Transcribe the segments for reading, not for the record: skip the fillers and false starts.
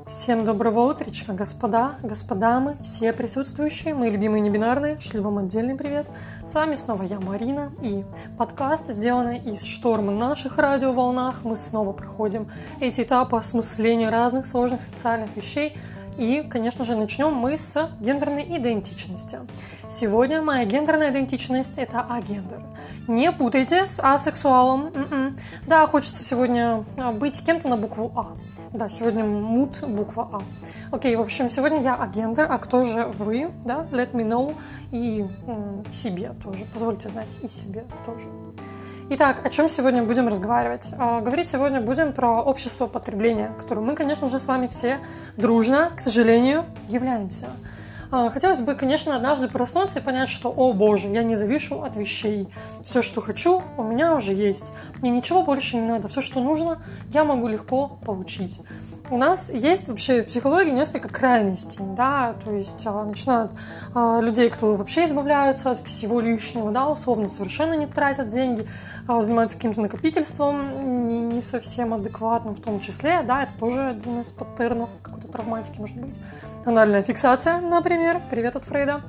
Всем доброго утречка, господа, господамы, все присутствующие, мои любимые небинарные, шлю вам отдельный привет. С вами снова я, Марина, и подкаст, сделанный из шторма наших радиоволнах. Мы снова проходим эти этапы осмысления разных сложных социальных вещей. И, конечно же, начнем мы с гендерной идентичности. Сегодня моя гендерная идентичность – это агендер. Не путайте с асексуалом. Да, хочется сегодня быть кем-то на букву А. Да, сегодня мут буква А. Окей, в общем, сегодня я агендер, а кто же вы? Да, let me know. И себе тоже, позвольте знать, и себе тоже. Итак, о чем сегодня будем разговаривать? Говорить сегодня будем про общество потребления, которым мы, конечно же, с вами все дружно, к сожалению, являемся. Хотелось бы, конечно, однажды проснуться и понять, что, о боже, я не завишу от вещей. Все, что хочу, у меня уже есть. Мне ничего больше не надо. Все, что нужно, я могу легко получить. У нас есть вообще в психологии несколько крайностей, да, то есть начинают людей, кто вообще избавляются от всего лишнего, да, условно совершенно не тратят деньги, занимаются каким-то накопительством не совсем адекватным в том числе, да, это тоже один из паттернов какой-то травматики может быть. Анальная фиксация, например, привет от Фрейда.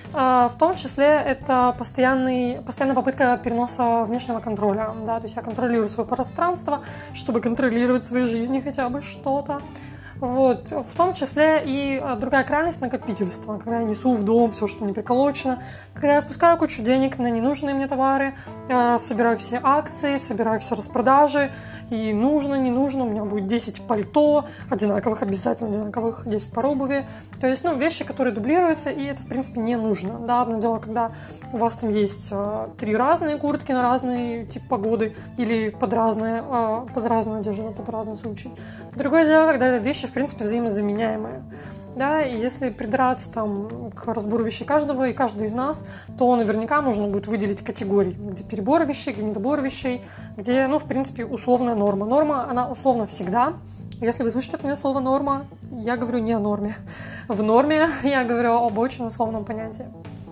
В том числе это постоянная попытка переноса внешнего контроля. Да? То есть я контролирую свое пространство, чтобы контролировать в своей жизни хотя бы что-то. Вот. В том числе и другая крайность – накопительство. Когда я несу в дом все, что не приколочено, когда я спускаю кучу денег на ненужные мне товары, собираю все акции, собираю все распродажи, и нужно, не нужно, у меня будет 10 пальто, одинаковых, обязательно одинаковых, 10 пар обуви. То есть, вещи, которые дублируются, и это, в принципе, не нужно. Да, одно дело, когда у вас там есть 3 разные куртки на разный тип погоды или под разную одежду, под разный случай. Другое дело, когда это вещи, в принципе, взаимозаменяемые. Да, и если придраться там к разбору вещей каждого и каждой из нас, то наверняка можно будет выделить категории, где перебор вещей, где недобор вещей, где, в принципе, условная норма. Норма, она условно всегда. Если вы слышите от меня слово «норма», я говорю не о норме. В норме я говорю об очень условном понятии.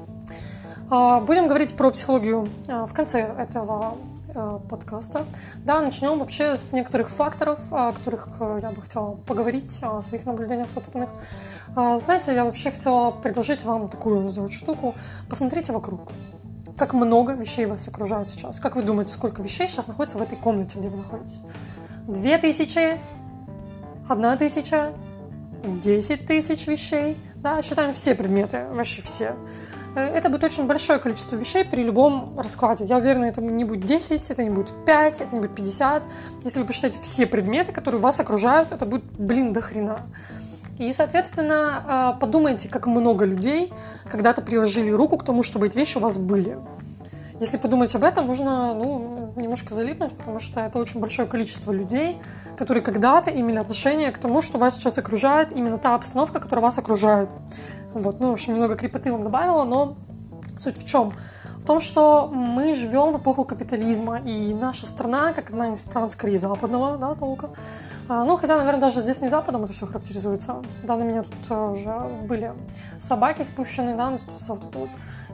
Будем говорить про психологию в конце этого подкаста. Да, начнем вообще с некоторых факторов, о которых я бы хотела поговорить, о своих наблюдениях собственных. Знаете, я вообще хотела предложить вам такую сделать штуку. Посмотрите вокруг. Как много вещей вас окружают сейчас. Как вы думаете, сколько вещей сейчас находится в этой комнате, где вы находитесь? 2000? 1000? 10 тысяч вещей? Да, считаем все предметы, вообще все. Это будет очень большое количество вещей при любом раскладе. Я уверена, это не будет 10, это не будет 5, это не будет 50. Если вы посчитаете все предметы, которые вас окружают, это будет, до хрена. И, соответственно, подумайте, как много людей когда-то приложили руку к тому, чтобы эти вещи у вас были. Если подумать об этом, можно немножко залипнуть, потому что это очень большое количество людей, которые когда-то имели отношение к тому, что вас сейчас окружает, именно та обстановка, которая вас окружает. Вот, в общем, немного крепоты вам добавила, но суть в чем? В том, что мы живем в эпоху капитализма, и наша страна, как одна из стран, скорее, западного, да, толка, хотя, наверное, даже здесь не Западом это все характеризуется. Да, на меня тут уже были собаки спущены, да, вот это вот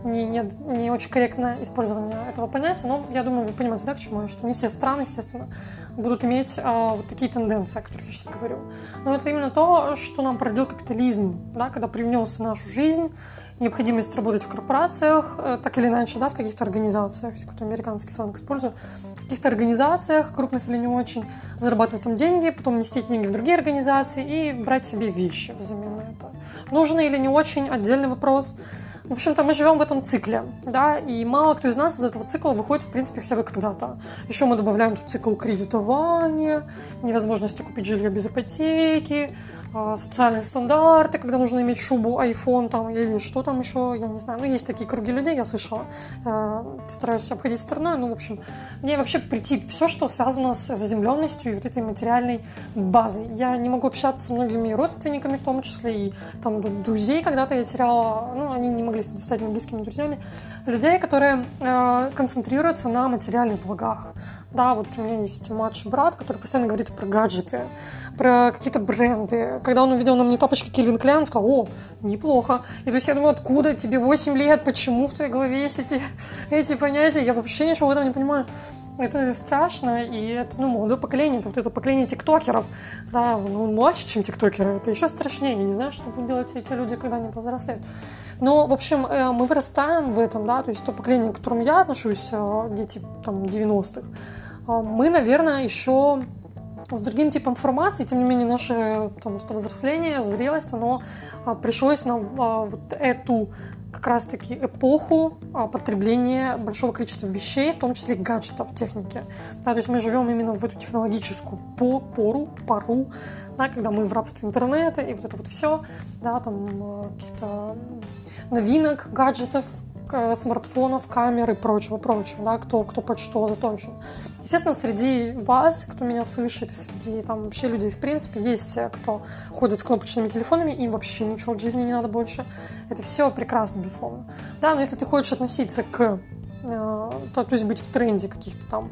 не очень корректное использование этого понятия, но я думаю, вы понимаете, да, к чему я, что не все страны, естественно, будут иметь вот такие тенденции, о которых я сейчас говорю. Но это именно то, что нам породил капитализм, да, когда привнес в нашу жизнь необходимость работать в корпорациях, так или иначе, да, в каких-то организациях, какой-то американский сленг использую, в каких-то организациях, крупных или не очень, зарабатывать там деньги, потом нести эти деньги в другие организации и брать себе вещи взамен на это. Нужно или не очень, отдельный вопрос. В общем-то, мы живем в этом цикле, да, и мало кто из нас из этого цикла выходит, в принципе, хотя бы когда-то. Еще мы добавляем тут цикл кредитования, невозможности купить жилье без ипотеки, социальные стандарты, когда нужно иметь шубу, iPhone там, или что там еще, я не знаю. Есть такие круги людей, я слышала. Стараюсь обходить стороной, в общем, мне вообще претит все, что связано с заземленностью и вот этой материальной базой. Я не могу общаться с многими родственниками, в том числе и там друзей когда-то я теряла, они не могли стать моими близкими друзьями, людей, которые концентрируются на материальных благах. Да, вот у меня есть младший брат, который постоянно говорит про гаджеты, про какие-то бренды. Когда он увидел на мне тапочки Calvin Klein, он сказал: о, неплохо. И то есть я думаю, откуда тебе 8 лет, почему в твоей голове есть эти понятия? Я вообще ничего в этом не понимаю. Это страшно, и это, молодое поколение, это вот это поколение тиктокеров, да, младше, чем тиктокеры, это еще страшнее, я не знаю, что будут делать эти люди, когда они повзрослеют. Но, в общем, мы вырастаем в этом, да, то есть то поколение, к которому я отношусь, дети, там, 90-х, мы, наверное, еще с другим типом информации, тем не менее, наше там, взросление, зрелость, оно пришлось на вот эту как раз-таки эпоху потребления большого количества вещей, в том числе гаджетов, техники. Да, то есть мы живем именно в эту технологическую пору, да, когда мы в рабстве интернета и вот это вот все, да, там каких-то новинок, гаджетов, смартфонов, камер и прочего, да, кто под что заточен. Естественно, среди вас, кто меня слышит, и среди там вообще людей, в принципе, есть кто ходит с кнопочными телефонами, им вообще ничего от жизни не надо больше. Это все прекрасно, безусловно. Да, но если ты хочешь относиться к, то есть быть в тренде каких-то там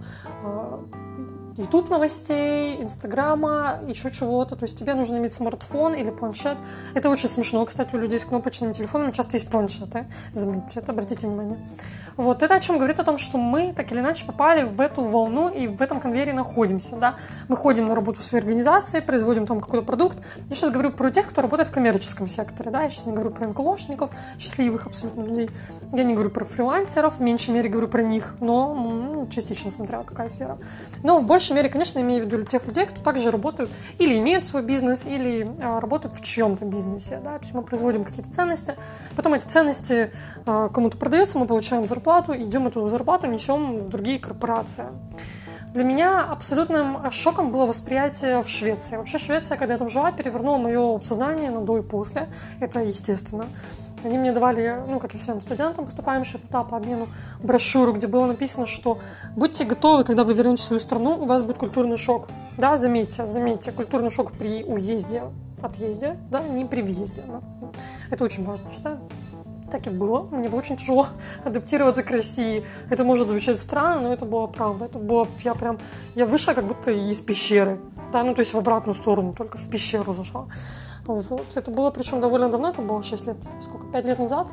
YouTube новостей, Инстаграма, еще чего-то. То есть тебе нужно иметь смартфон или планшет. Это очень смешно, кстати, у людей с кнопочными телефонами часто есть планшеты. Заметьте это, обратите внимание. Вот, это о чем говорит о том, что мы так или иначе попали в эту волну и в этом конвейере находимся, да. Мы ходим на работу в своей организации, производим там какой-то продукт. Я сейчас говорю про тех, кто работает в коммерческом секторе, да. Я сейчас не говорю про НКОшников, счастливых абсолютно людей. Я не говорю про фрилансеров, в меньшей мере говорю про них, но частично смотря какая сфера. Но в большей мере, конечно, имею в виду тех людей, кто также работают или имеют свой бизнес, или работают в чьем-то бизнесе, да. То есть мы производим какие-то ценности, потом эти ценности кому-то продаются, мы получаем зарплату, идем эту зарплату несем в другие корпорации. Для меня абсолютным шоком было восприятие в Швеции. Вообще Швеция, когда я там жила, перевернула мое сознание на до и после. Это естественно. Они мне давали, как и всем студентам, поступающим туда по обмену, брошюру, где было написано, что будьте готовы, когда вы вернетесь в свою страну, у вас будет культурный шок. Да, заметьте, культурный шок при отъезде, да, не при въезде. Да. Это очень важно, считаю. Так и было. Мне было очень тяжело адаптироваться к России. Это может звучать странно, но это была правда. Это было, я вышла как будто из пещеры. Да, то есть в обратную сторону, только в пещеру зашла. Вот. Это было, причем довольно давно, это было 5 лет назад.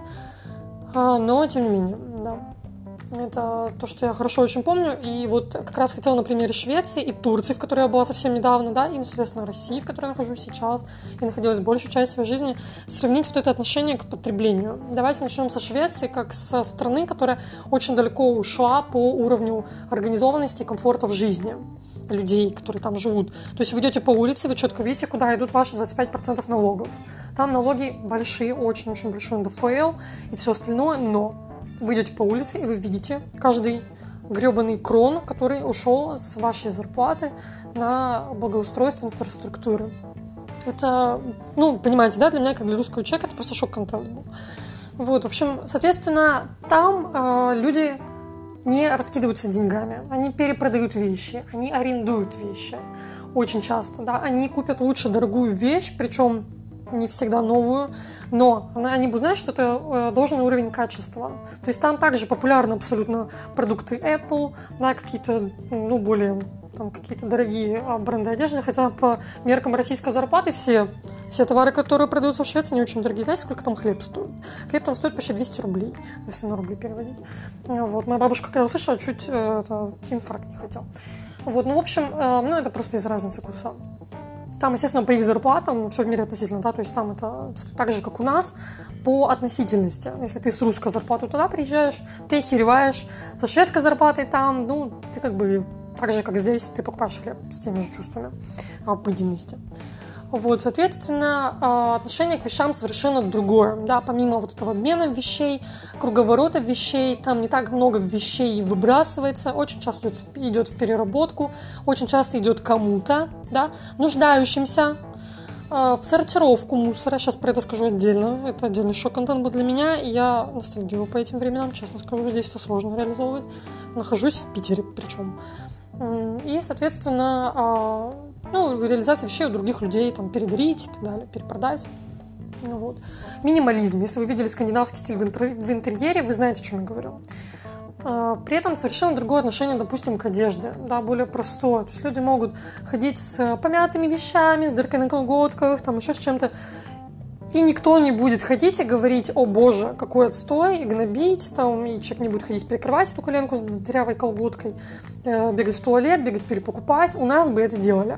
Но, тем не менее, да. Это то, что я хорошо очень помню. И вот как раз хотела на примере Швеции и Турции, в которой я была совсем недавно, да, и, соответственно, России, в которой я нахожусь сейчас, и находилась большую часть своей жизни, сравнить вот это отношение к потреблению. Давайте начнем со Швеции, как со страны, которая очень далеко ушла по уровню организованности и комфорта в жизни людей, которые там живут. То есть вы идете по улице, вы четко видите, куда идут ваши 25% налогов. Там налоги большие, очень-очень большой НДФЛ и все остальное, но вы идете по улице, и вы видите каждый гребаный крон, который ушел с вашей зарплаты на благоустройство инфраструктуры. Это, понимаете, да, для меня, как для русского человека, это просто шок-контент был. Вот, в общем, соответственно, там люди не раскидываются деньгами, они перепродают вещи, они арендуют вещи очень часто, да, они купят лучше дорогую вещь, причем не всегда новую, но они будут знать, что это должный уровень качества. То есть там также популярны абсолютно продукты Apple, да, какие-то, более там какие-то дорогие бренды одежды, хотя по меркам российской зарплаты все товары, которые продаются в Швеции, не очень дорогие. Знаете, сколько там хлеб стоит? Хлеб там стоит почти 200 рублей, если на рубли переводить. Вот. Моя бабушка, когда услышала, чуть инфаркт не хотел. Вот. В общем, это просто из разницы курса. Там, естественно, по их зарплатам все в мире относительно, да, то есть там это так же, как у нас, по относительности. Если ты с русской зарплатой туда приезжаешь, ты охереваешь, со шведской зарплатой там, ты как бы так же, как здесь, ты покупаешь хлеб с теми же чувствами обыденности. Вот, соответственно, отношение к вещам совершенно другое, да, помимо вот этого обмена вещей, круговорота вещей, там не так много вещей выбрасывается, очень часто идет в переработку, очень часто идет кому-то, да, нуждающимся, в сортировку мусора, сейчас про это скажу отдельно, это отдельный шок-контент был для меня, и я ностальгирую по этим временам, честно скажу, здесь это сложно реализовывать, нахожусь в Питере причем. И, соответственно, реализация вещей у других людей, там, передарить и так далее, перепродать. Вот. Минимализм. Если вы видели скандинавский стиль в интерьере, вы знаете, о чем я говорю. При этом совершенно другое отношение, допустим, к одежде, да, более простое. То есть люди могут ходить с помятыми вещами, с дыркой на колготках, там, еще с чем-то. И никто не будет ходить и говорить: о боже, какой отстой, и гнобить, там, и человек не будет ходить перекрывать эту коленку с дырявой колготкой, бегать в туалет, бегать перепокупать. У нас бы это делали.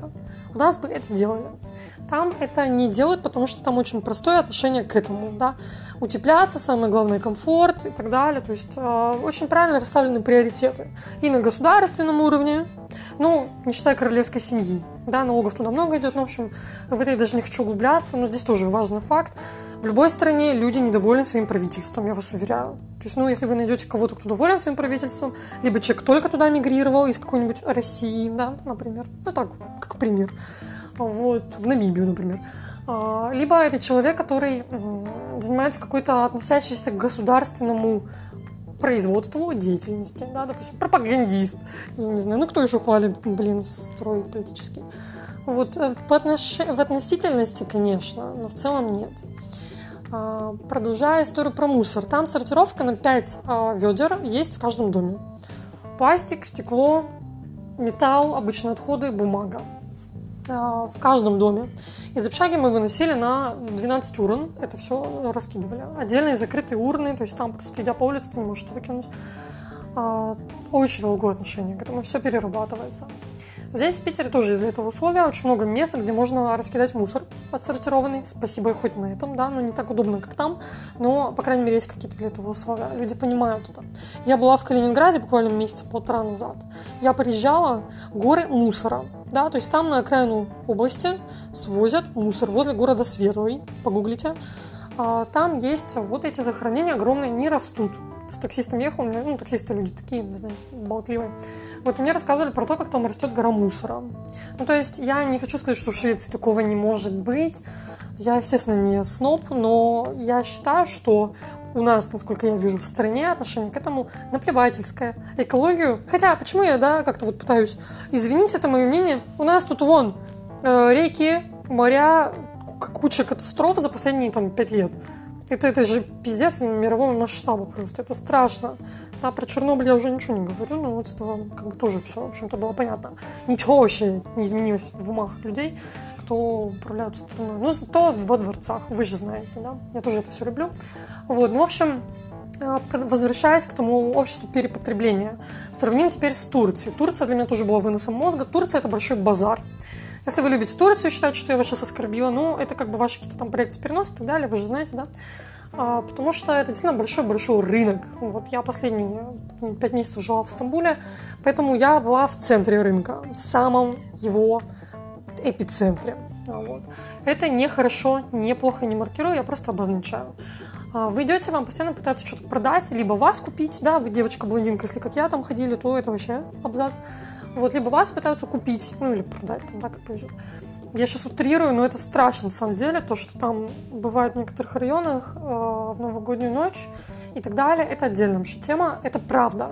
Там это не делают, потому что там очень простое отношение к этому, да. Утепляться, самое главное, комфорт и так далее. То есть очень правильно расставлены приоритеты. И на государственном уровне, ну, не считая королевской семьи, да, налогов туда много идет, но, в общем, в это я даже не хочу углубляться, но здесь тоже важный факт. В любой стране люди недовольны своим правительством, я вас уверяю. То есть, ну, если вы найдете кого-то, кто доволен своим правительством, либо человек только туда мигрировал из какой-нибудь России, да, например, ну, так, как пример, вот, в Намибию, например, либо это человек, который занимается какой-то относящейся к государственному производству деятельности, да, допустим, пропагандист, я не знаю, ну кто еще хвалит, строй политический. Вот в относительности, конечно, но в целом нет. Продолжая историю про мусор, там сортировка на 5 ведер есть в каждом доме. Пластик, стекло, металл, обычные отходы, бумага. В каждом доме. Из общаги мы выносили на 12 урн, это все раскидывали. Отдельные закрытые урны, то есть там просто идя по улице ты не можешь это выкинуть. Очень долгое отношение к этому, все перерабатывается. Здесь в Питере тоже из-за этого условия очень много мест, где можно раскидать мусор отсортированный. Спасибо хоть на этом, да, но не так удобно, как там, но, по крайней мере, есть какие-то для этого условия. Люди понимают это. Я была в Калининграде буквально месяца полтора назад. Я приезжала, горы мусора, да, то есть там на окраину области свозят мусор возле города Светлый, погуглите. Там есть вот эти захоронения огромные, не растут. С таксистом ехал, ну, таксисты люди такие, вы знаете, болтливые. Вот мне рассказывали про то, как там растет гора мусора. Ну, то есть я не хочу сказать, что в Швеции такого не может быть. Я, естественно, не сноб, но я считаю, что у нас, насколько я вижу, в стране отношение к этому наплевательское. Экологию, хотя почему я, да, как-то вот пытаюсь извинить, это мое мнение. У нас тут вон реки, моря, куча катастроф за последние там 5 лет. Это же пиздец мирового масштаба просто. Это страшно. А про Чернобыль я уже ничего не говорю, но вот с этого как бы тоже все, в общем-то, было понятно. Ничего вообще не изменилось в умах людей, кто управляют страной. Но зато во дворцах, вы же знаете, да? Я тоже это все люблю. Вот, ну, в общем, возвращаясь к тому обществу перепотребления, сравним теперь с Турцией. Турция для меня тоже была выносом мозга. Турция – это большой базар. Если вы любите Турцию, считаете, что я вас сейчас оскорбила, ну, это как бы ваши какие-то там проекты переноса и так далее, вы же знаете, да? Потому что это действительно большой-большой рынок. Вот я последние 5 месяцев жила в Стамбуле, поэтому я была в центре рынка, в самом его эпицентре. Вот. Это не хорошо, не плохо, не маркирую, я просто обозначаю. Вы идете, вам постоянно пытаются что-то продать, либо вас купить, да, вы девочка-блондинка, если как я там ходили, то это вообще абзац. Вот, либо вас пытаются купить, ну или продать, там, да, как повезет. Я сейчас утрирую, но это страшно на самом деле, то, что там бывает в некоторых районах в новогоднюю ночь и так далее, это отдельная вообще тема, это правда,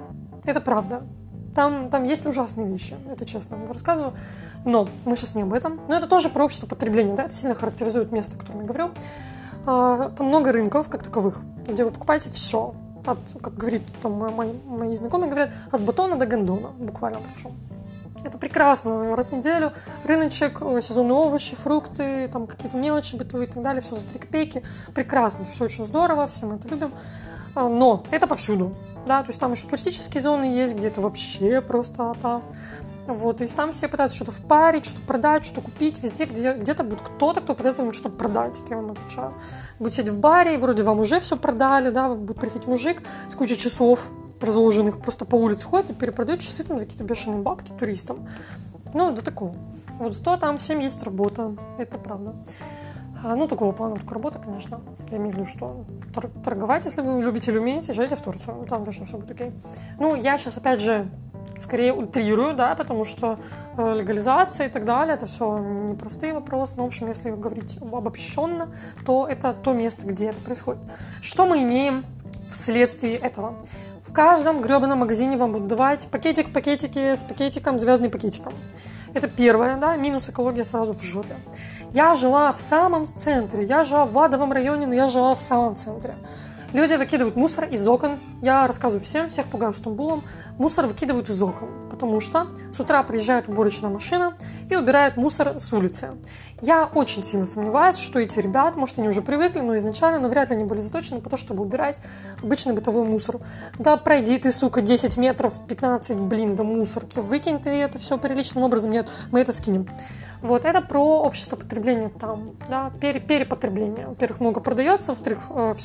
Там есть ужасные вещи, это честно вам рассказываю, но мы сейчас не об этом. Но это тоже про общество потребления, да, это сильно характеризует место, о котором я говорю. Там много рынков, как таковых, где вы покупаете все, как говорит там мои знакомые, говорят, от батона до гондона, буквально причем. Это прекрасно, раз в неделю рыночек, сезонные овощи, фрукты, там какие-то мелочи бытовые и так далее, все за 3 копейки, прекрасно, это все очень здорово, все мы это любим, но это повсюду, да, то есть там еще туристические зоны есть, где это вообще просто атас. Вот, то есть там все пытаются что-то впарить, что-то продать, что-то купить, везде, где-то будет кто-то, кто пытается вам что-то продать, это я вам отвечаю. Будете сидеть в баре, и вроде вам уже все продали, да, будет приходить мужик с кучей часов разложенных, просто по улице ходит и перепродает часы там за какие-то бешеные бабки туристам. Ну, до такого. Вот зато там всем есть работа, это правда. Ну, такого плана только работа, конечно. Я имею в виду, что торговать, если вы любите или умеете, езжайте в Турцию, там точно все будет окей. Ну, я сейчас, опять же, скорее утрирую, да, потому что легализация и так далее, это все непростые вопросы. Но, в общем, если говорить обобщенно, то это то место, где это происходит. Что мы имеем вследствие этого? В каждом гребаном магазине вам будут давать пакетик в пакетике с пакетиком, завязанный пакетиком. Это первое, да, минус экология сразу в жопе. Я жила в самом центре, я жила в Адовом районе, но я жила в самом центре. Люди выкидывают мусор из окон. Я рассказываю всем, всех пугаю Стамбулом. Мусор выкидывают из окон. потому что с утра приезжает уборочная машина и убирает мусор с улицы. Я очень сильно сомневаюсь, что эти ребята, может, они уже привыкли, но изначально, вряд ли они были заточены по тому, чтобы убирать обычный бытовой мусор. Да пройди ты, сука, 10 метров, 15, до мусорки, выкинь ты это все приличным образом, нет, мы это скинем. Вот, это про общество потребления там, да, перепотребление. Во-первых, много продается, во-вторых,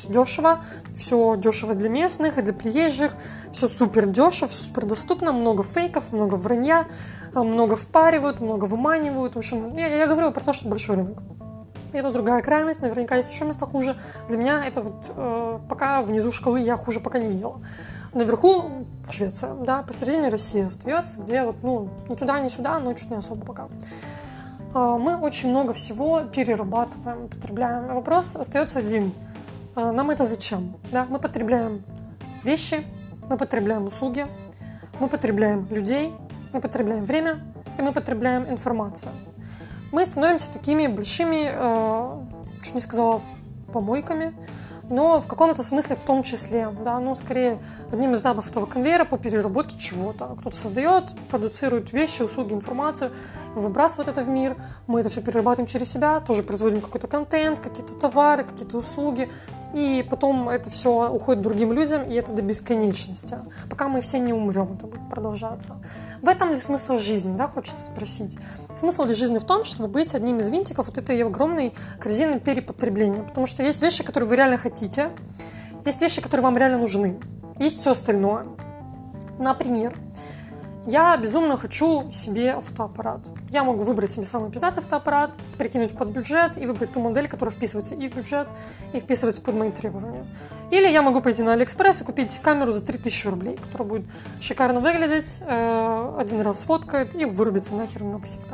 все дешево для местных и для приезжих, все супер дешево, все супер доступно, много фейков, много вранья, много впаривают, много выманивают. В общем, я говорю про то, что большой рынок. Это другая крайность, наверняка есть еще места хуже. Для меня это вот пока внизу шкалы я хуже пока не видела. Наверху Швеция, да, посередине Россия остается, где вот, ни туда, ни сюда, но чуть не особо пока. Мы очень много всего перерабатываем, потребляем. Вопрос остается один. Нам это зачем? Да? Мы потребляем вещи, мы потребляем услуги, мы потребляем людей, мы потребляем время и мы потребляем информацию. Мы становимся такими большими, чуть не сказала, помойками, но в каком-то смысле в том числе, да, скорее одним из этапов этого конвейера по переработке чего-то. Кто-то создает, продуцирует вещи, услуги, информацию, выбрасывает это в мир, мы это все перерабатываем через себя, тоже производим какой-то контент, какие-то товары, какие-то услуги, и потом это все уходит другим людям, и это до бесконечности. Пока мы все не умрем, это будет продолжаться. В этом ли смысл жизни, да, хочется спросить? Смысл ли жизни в том, чтобы быть одним из винтиков вот этой огромной корзины перепотребления, потому что есть вещи, которые вы реально хотите, есть вещи, которые вам реально нужны, есть все остальное. Например, я безумно хочу себе фотоаппарат. Я могу выбрать себе самый пиздатый фотоаппарат, прикинуть под бюджет и выбрать ту модель, которая вписывается и в бюджет, и вписывается под мои требования. Или я могу пойти на Алиэкспресс и купить камеру за 3000 рублей, которая будет шикарно выглядеть, один раз сфоткает и вырубится нахер навсегда.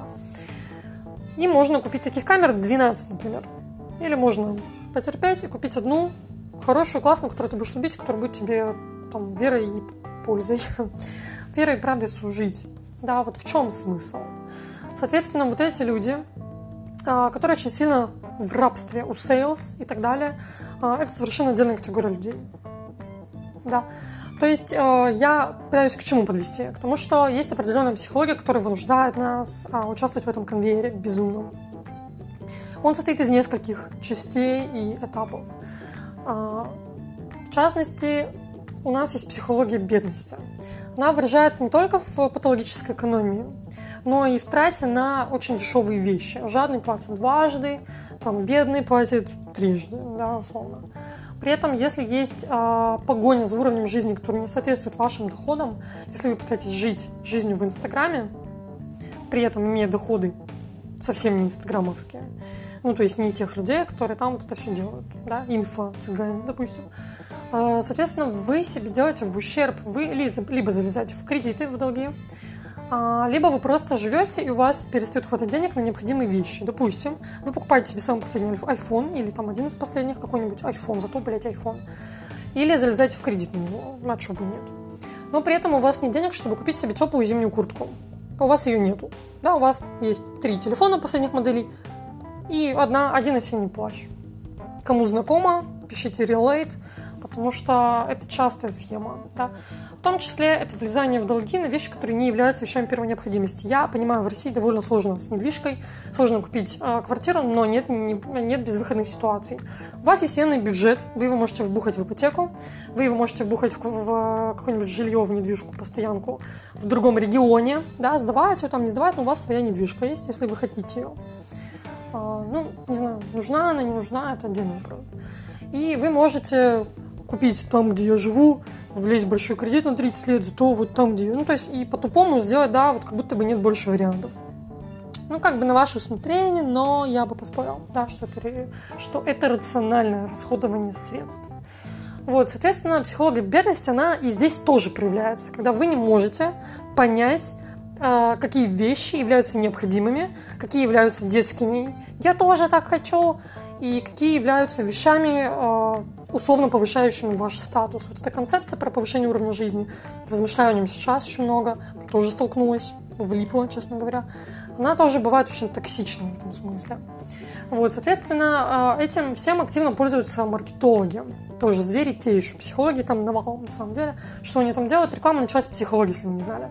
И можно купить таких камер 12, например. Или можно потерпеть и купить одну хорошую, классную, которую ты будешь любить, которая будет тебе там верой и пользой, верой и правдой служить. Да, вот в чем смысл? Соответственно, вот эти люди, которые очень сильно в рабстве у sales и так далее, это совершенно отдельная категория людей. Да. То есть я пытаюсь к чему подвести? К тому, что есть определенная психология, которая вынуждает нас участвовать в этом конвейере безумном. Он состоит из нескольких частей и этапов. В частности, у нас есть психология бедности. Она выражается не только в патологической экономии, но и в трате на очень дешевые вещи. Жадный платит дважды, бедный платит трижды, да, условно. При этом, если есть погоня за уровнем жизни, который не соответствует вашим доходам, если вы пытаетесь жить жизнью в Инстаграме, при этом имея доходы совсем не инстаграмовские, то есть не тех людей, которые там вот это все делают, да, инфо-цыгане, допустим. Соответственно, вы себе делаете в ущерб, вы либо залезаете в кредиты, в долги, либо вы просто живете, и у вас перестает хватать денег на необходимые вещи. Допустим, вы покупаете себе самый последний iPhone, или один из последних какой-нибудь iPhone, зато, iPhone, или залезаете в кредит на него, а чего бы нет. Но при этом у вас нет денег, чтобы купить себе теплую зимнюю куртку. У вас ее нету. Да, у вас есть 3 телефона последних моделей, и один осенний плащ. Кому знакомо, пишите relate, потому что это частая схема. Да? В том числе это влезание в долги на вещи, которые не являются вещами первой необходимости. Я понимаю, в России довольно сложно с недвижкой, сложно купить квартиру, но нет безвыходных ситуаций. У вас есть военный бюджет, вы его можете вбухать в ипотеку, вы его можете вбухать в какое-нибудь жилье, в недвижку, постоянку в другом регионе, да, сдавать ее, не сдавать, но у вас своя недвижка есть, если вы хотите ее. Не знаю, нужна она, не нужна, это отдельный вопрос. И вы можете купить там, где я живу, влезть в большой кредит на 30 лет, зато вот там, где... то есть и по-тупому сделать, да, вот как будто бы нет больше вариантов. На ваше усмотрение, но я бы поспорила, да, что это рациональное расходование средств. Вот, соответственно, психология бедности, она и здесь тоже проявляется, когда вы не можете понять, какие вещи являются необходимыми, какие являются детскими, я тоже так хочу, и какие являются вещами, условно повышающими ваш статус. Вот эта концепция про повышение уровня жизни, размышляю о нем сейчас очень много, тоже столкнулась, влипла, честно говоря. Она тоже бывает очень токсичной в этом смысле. Вот, соответственно, этим всем активно пользуются маркетологи. Тоже звери те еще, психологи там навалом, на самом деле. Что они там делают? Реклама началась с психологии, если вы не знали.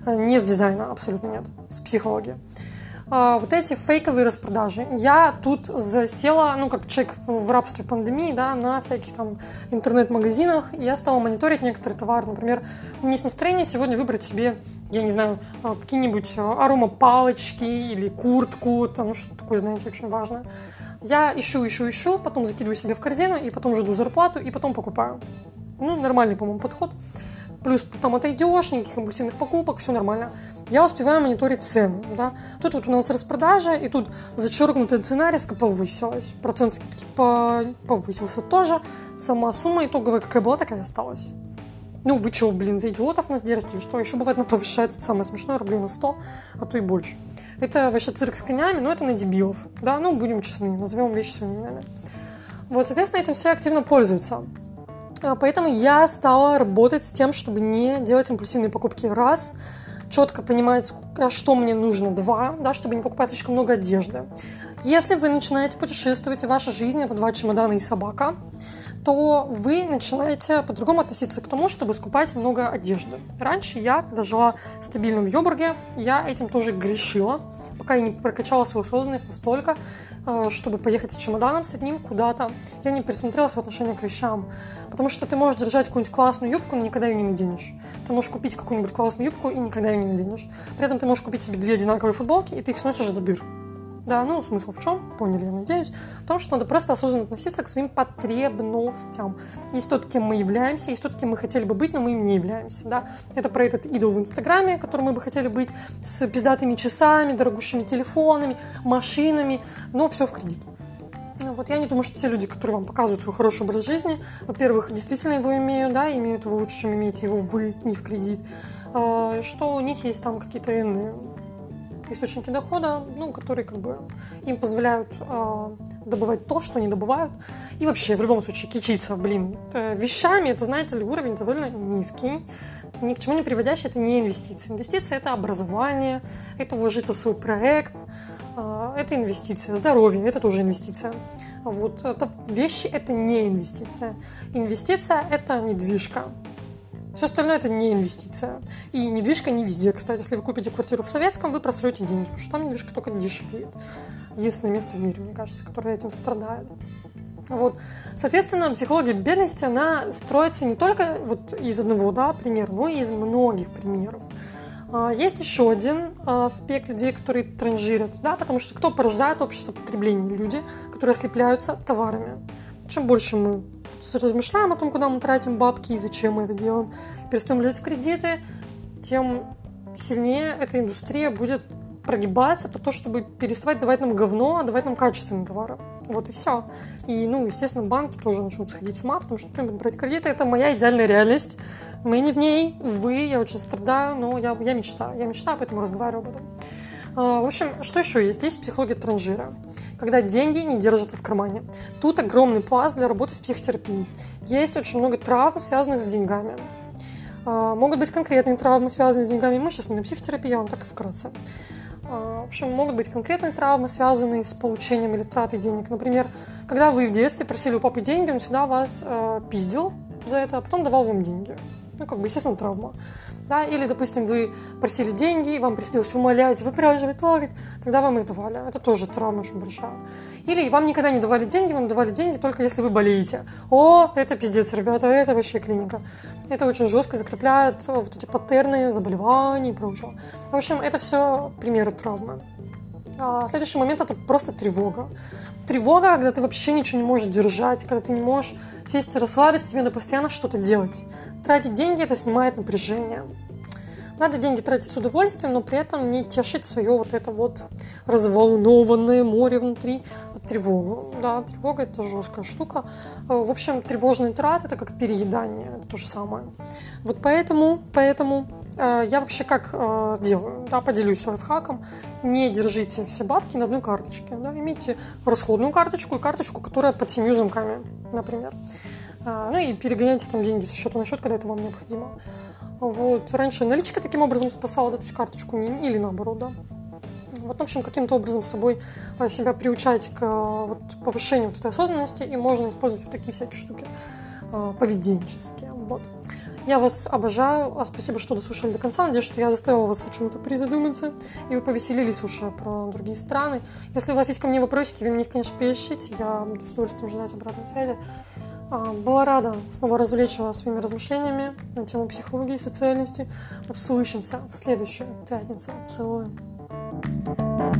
Не с дизайна, абсолютно нет, с психологии. Вот эти фейковые распродажи. Я тут засела, как человек в рабстве пандемии, да, на всяких там интернет-магазинах, и я стала мониторить некоторые товары. Например, у меня есть настроение сегодня выбрать себе, я не знаю, какие-нибудь аромапалочки или куртку, там, что такое, знаете, очень важно. Я ищу, потом закидываю себе в корзину, и потом жду зарплату, и потом покупаю. Нормальный, по-моему, подход. Плюс потом отойдешь, никаких импульсивных покупок, все нормально. Я успеваю мониторить цены, да. Тут вот у нас распродажа, и тут зачеркнутая цена резко повысилась. Процент скидки повысился тоже. Сама сумма итоговая какая была, такая и осталась. Вы что, за идиотов нас держите? Что? Еще бывает, она повышается, самое смешное, рублей на 100, а то и больше. Это вообще цирк с конями, но это на дебилов. Да, будем честны, назовем вещи своими именами. Вот, соответственно, этим все активно пользуются. Поэтому я стала работать с тем, чтобы не делать импульсивные покупки, раз, четко понимать, что мне нужно, два, да, чтобы не покупать слишком много одежды. Если вы начинаете путешествовать, и ваша жизнь – это 2 чемодана и собака, то вы начинаете по-другому относиться к тому, чтобы скупать много одежды. Раньше я, когда жила стабильно в Йобурге, я этим тоже грешила, пока я не прокачала свою осознанность настолько, чтобы поехать с чемоданом с одним куда-то. Я не присмотрелась в отношении к вещам. Потому что ты можешь держать какую-нибудь классную юбку, но никогда ее не наденешь. Ты можешь купить какую-нибудь классную юбку и никогда ее не наденешь. При этом ты можешь купить себе 2 одинаковые футболки, и ты их сносишь до дыр. Да, смысл в чем? Поняли, я надеюсь. В том, что надо просто осознанно относиться к своим потребностям. Есть тот, кем мы являемся, есть тот, кем мы хотели бы быть, но мы им не являемся, да. Это про этот идол в Инстаграме, которым мы бы хотели быть, с пиздатыми часами, дорогущими телефонами, машинами, но все в кредит. Вот я не думаю, что те люди, которые вам показывают свой хороший образ жизни, во-первых, действительно его имеют, да, имеют его лучше, чем имеете его вы, не в кредит, что у них есть там какие-то иные источники дохода, которые им позволяют добывать то, что не добывают. И вообще, в любом случае, кичиться, вещами, это, знаете ли, уровень довольно низкий, ни к чему не приводящий, это не инвестиции. Инвестиция – это образование, это вложиться в свой проект, это инвестиция. Здоровье – это тоже инвестиция. Вот, это вещи – это не инвестиция. Инвестиция – это недвижка. Все остальное – это не инвестиция. И недвижка не везде, кстати. Если вы купите квартиру в Советском, вы просрете деньги, потому что там недвижка только дешевеет. Единственное место в мире, мне кажется, которое этим страдает. Вот. Соответственно, психология бедности, она строится не только из одного примера, но и из многих примеров. Есть еще один аспект людей, которые транжирят, да, потому что кто порождает общество потребления? Люди, которые ослепляются товарами. Чем больше мы размышляем о том, куда мы тратим бабки и зачем мы это делаем, перестаем влезать в кредиты, тем сильнее эта индустрия будет прогибаться под то, чтобы переставать давать нам говно, а давать нам качественные товары. Вот и все. И, естественно, банки тоже начнут сходить с ума, потому что брать кредиты – это моя идеальная реальность. Мы не в ней, увы, я очень страдаю, но я мечтаю. Я мечтаю, поэтому разговариваю об этом. В общем, что еще есть? Есть психология транжира, когда деньги не держатся в кармане. Тут огромный пласт для работы с психотерапией. Есть очень много травм, связанных с деньгами. Могут быть конкретные травмы, связанные с деньгами. Мы сейчас не на психотерапии, я вам так и вкратце. В общем, могут быть конкретные травмы, связанные с получением или тратой денег. Например, когда вы в детстве просили у папы деньги, он всегда вас пиздил за это, а потом давал вам деньги. Естественно, травма. Да? Или, допустим, вы просили деньги, и вам приходилось умолять, выпрашивать, плакать, тогда вам их давали. Это тоже травма очень большая. Или вам никогда не давали деньги, вам давали деньги только если вы болеете. О, это пиздец, ребята, это вообще клиника. Это очень жестко закрепляет вот эти паттерны заболеваний и прочего. В общем, это все примеры травмы. Следующий момент – это просто тревога. Тревога, когда ты вообще ничего не можешь держать, когда ты не можешь сесть и расслабиться, тебе надо постоянно что-то делать. Тратить деньги – это снимает напряжение. Надо деньги тратить с удовольствием, но при этом не тешить свое разволнованное море внутри тревогу. Да, тревога – это жесткая штука. В общем, тревожные траты – это как переедание, это то же самое. Вот поэтому я вообще как делаю, да, поделюсь лайфхаком. Не держите все бабки на одной карточке. Да, имейте расходную карточку и карточку, которая под 7 замками, например. И перегоняйте там деньги со счета на счет, когда это вам необходимо. Вот. Раньше наличка таким образом спасала, да, то есть карточку или наоборот, да. Вот, в общем, каким-то образом с собой себя приучать к повышению этой осознанности, и можно использовать такие всякие штуки поведенческие. Вот. Я вас обожаю. Спасибо, что дослушали до конца. Надеюсь, что я заставила вас о чем-то призадуматься, и вы повеселились уже про другие страны. Если у вас есть ко мне вопросики, вы мне их, конечно, пишите. Я буду с удовольствием ждать обратной связи. Была рада снова развлечь вас своими размышлениями на тему психологии и социальности. Услышимся в следующую пятницу. Целую.